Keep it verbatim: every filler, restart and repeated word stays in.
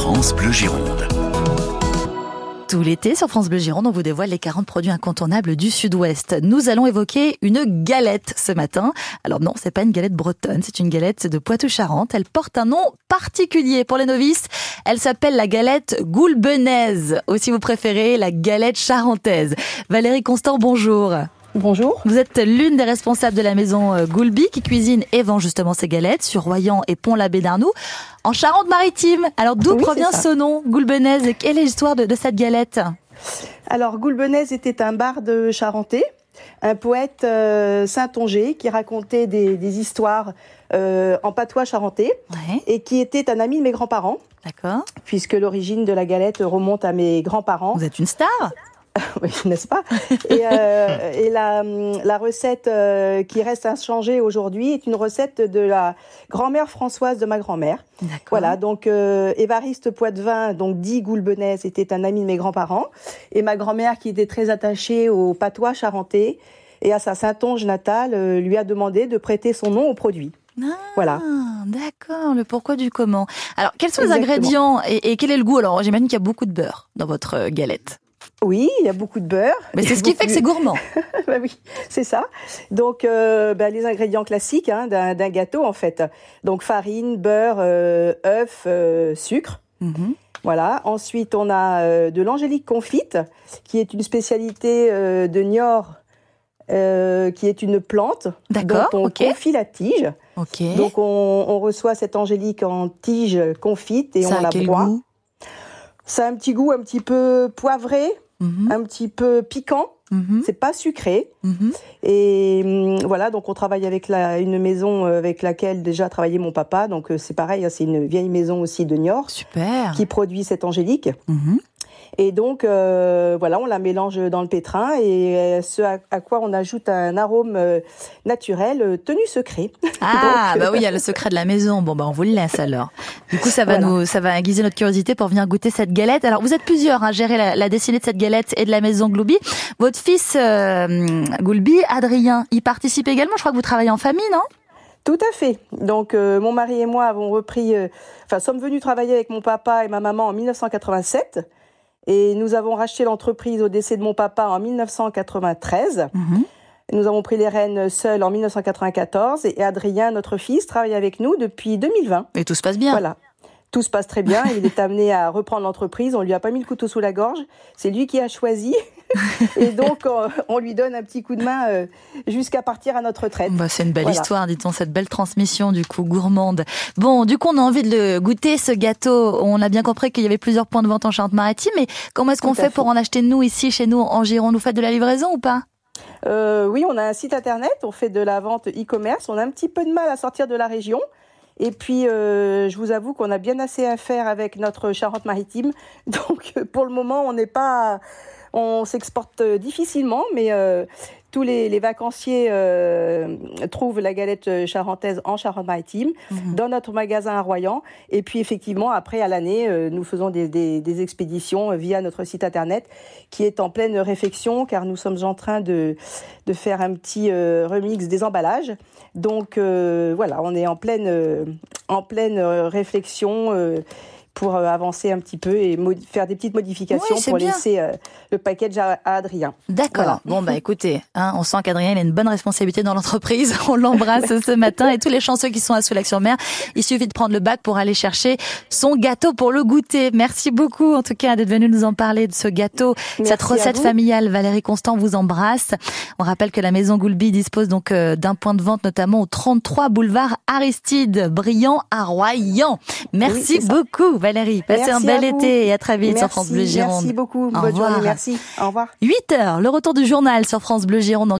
France Bleu Gironde. Tout l'été, sur France Bleu Gironde, on vous dévoile les quarante produits incontournables du Sud-Ouest. Nous allons évoquer une galette ce matin. Alors non, c'est pas une galette bretonne, c'est une galette de Poitou-Charentes. Elle porte un nom particulier pour les novices. Elle s'appelle la galette goulbenaise. Ou si vous préférez, la galette charentaise. Valérie Constant, bonjour. Bonjour. Vous êtes l'une des responsables de la maison Goulby qui cuisine et vend justement ces galettes sur Royan et Pont-l'Abbé d'Arnoux en Charente-Maritime. Alors d'où oui, provient ce nom, goulbenaise, et quelle est l'histoire de, de cette galette? Alors Goulbenaise était un barde charentais, un poète euh, saintongeais qui racontait des, des histoires euh, en patois charentais, Ouais. et qui était un ami de mes grands-parents. D'accord. Puisque l'origine de la galette remonte à mes grands-parents. Vous êtes une star? Oui, n'est-ce pas? Et, euh, et la, la recette euh, qui reste inchangée aujourd'hui est une recette de la grand-mère Françoise de ma grand-mère. D'accord. Voilà, donc euh, Évariste Poitvin, donc dit Goulbenaise, était un ami de mes grands-parents. Et ma grand-mère, qui était très attachée au patois charentais et à sa Saintonge natale, euh, lui a demandé de prêter son nom au produit. Ah, Voilà. D'accord, le pourquoi du comment. Alors, quels sont Exactement. les ingrédients et, et quel est le goût? Alors, j'imagine qu'il y a beaucoup de beurre dans votre euh, galette. Oui, il y a beaucoup de beurre. Mais c'est ce qui fait que c'est gourmand. Bah oui, c'est ça. Donc, euh, bah, les ingrédients classiques hein, d'un, d'un gâteau, en fait. Donc, farine, beurre, euh, œuf, euh, sucre. Mm-hmm. Voilà. Ensuite, on a euh, de l'angélique confite, qui est une spécialité euh, de Niort, euh, qui est une plante. D'accord, dont on ok. confit la tige. Ok. Donc, on, on reçoit cette angélique en tige confite et ça on a la quel broie. goût? Ça a un petit goût un petit peu poivré, Mm-hmm. un petit peu piquant. Mm-hmm. C'est pas sucré. Mm-hmm. Et hum, voilà, donc on travaille avec la, une maison avec laquelle déjà travaillait mon papa. Donc euh, c'est pareil, hein, c'est une vieille maison aussi de Niort Super. qui produit cette angélique. Mm-hmm. Et donc euh, voilà, on la mélange dans le pétrin et euh, ce à, à quoi on ajoute un arôme euh, naturel euh, tenu secret. Ah, Donc, bah oui, il y a le secret de la maison. Bon, bah on vous le laisse alors. Du coup, ça va Voilà. nous, ça va aiguiser notre curiosité pour venir goûter cette galette. Alors, vous êtes plusieurs à gérer la, la destinée de cette galette et de la maison Goulby. Votre fils euh, Goulby, Adrien, il participe également. Je crois que vous travaillez en famille, non? Tout à fait. Donc euh, mon mari et moi avons repris, euh, enfin sommes venus travailler avec mon papa et ma maman en mille neuf cent quatre-vingt-sept. Et nous avons racheté l'entreprise au décès de mon papa en mille neuf cent quatre-vingt-treize. Mm-hmm. Nous avons pris les rênes seuls en mille neuf cent quatre-vingt-quatorze et Adrien, notre fils, travaille avec nous depuis deux mille vingt. Et tout se passe bien. Voilà. Tout se passe très bien. Il est amené à reprendre l'entreprise. On lui a pas mis le couteau sous la gorge. C'est lui qui a choisi. Et donc, on, on lui donne un petit coup de main euh, jusqu'à partir à notre retraite. Bah, c'est une belle Voilà. histoire, dit-on, cette belle transmission, du coup, gourmande. Bon, du coup, on a envie de le goûter, ce gâteau. On a bien compris qu'il y avait plusieurs points de vente en Charente-Maritime, mais comment est-ce qu'on Tout à fait fait. pour en acheter, nous, ici, chez nous, en Gironde? Vous faites de la livraison ou pas? Euh, oui, on a un site internet. On fait de la vente e-commerce. On a un petit peu de mal à sortir de la région. Et puis, euh, je vous avoue qu'on a bien assez à faire avec notre Charente-Maritime. Donc, pour le moment, on n'est pas, on s'exporte difficilement, mais euh, tous les, les vacanciers euh, trouvent la galette charentaise en Charente-Maritime, Mmh. dans notre magasin à Royan. Et puis, effectivement, après, à l'année, euh, nous faisons des, des, des expéditions via notre site internet, qui est en pleine réflexion, car nous sommes en train de, de faire un petit euh, remix des emballages. Donc, euh, voilà, on est en pleine, euh, en pleine euh, réflexion euh, pour euh, avancer un petit peu et mod- faire des petites modifications Oui, c'est pour bien. laisser euh, le package à, à Adrien. D'accord. Voilà. Bon, bah écoutez, hein, on sent qu'Adrien il a une bonne responsabilité dans l'entreprise. On l'embrasse ce matin. Et tous les chanceux qui sont à Soulac-sur-Mer, il suffit de prendre le bac pour aller chercher son gâteau pour le goûter. Merci beaucoup, en tout cas, d'être venu nous en parler de ce gâteau, Merci cette à recette vous. familiale. Valérie Constant vous embrasse. On rappelle que la maison Goulby dispose donc euh, d'un point de vente, notamment au trente-trois boulevard Aristide Briand à Royan. Merci Oui, c'est ça. beaucoup, Valérie. Passez Merci un bel à vous. été et à très vite Merci, sur France Bleu Gironde. merci beaucoup. Au Bonne revoir. journée. Merci. Au revoir. huit heures, le retour du journal sur France Bleu Gironde.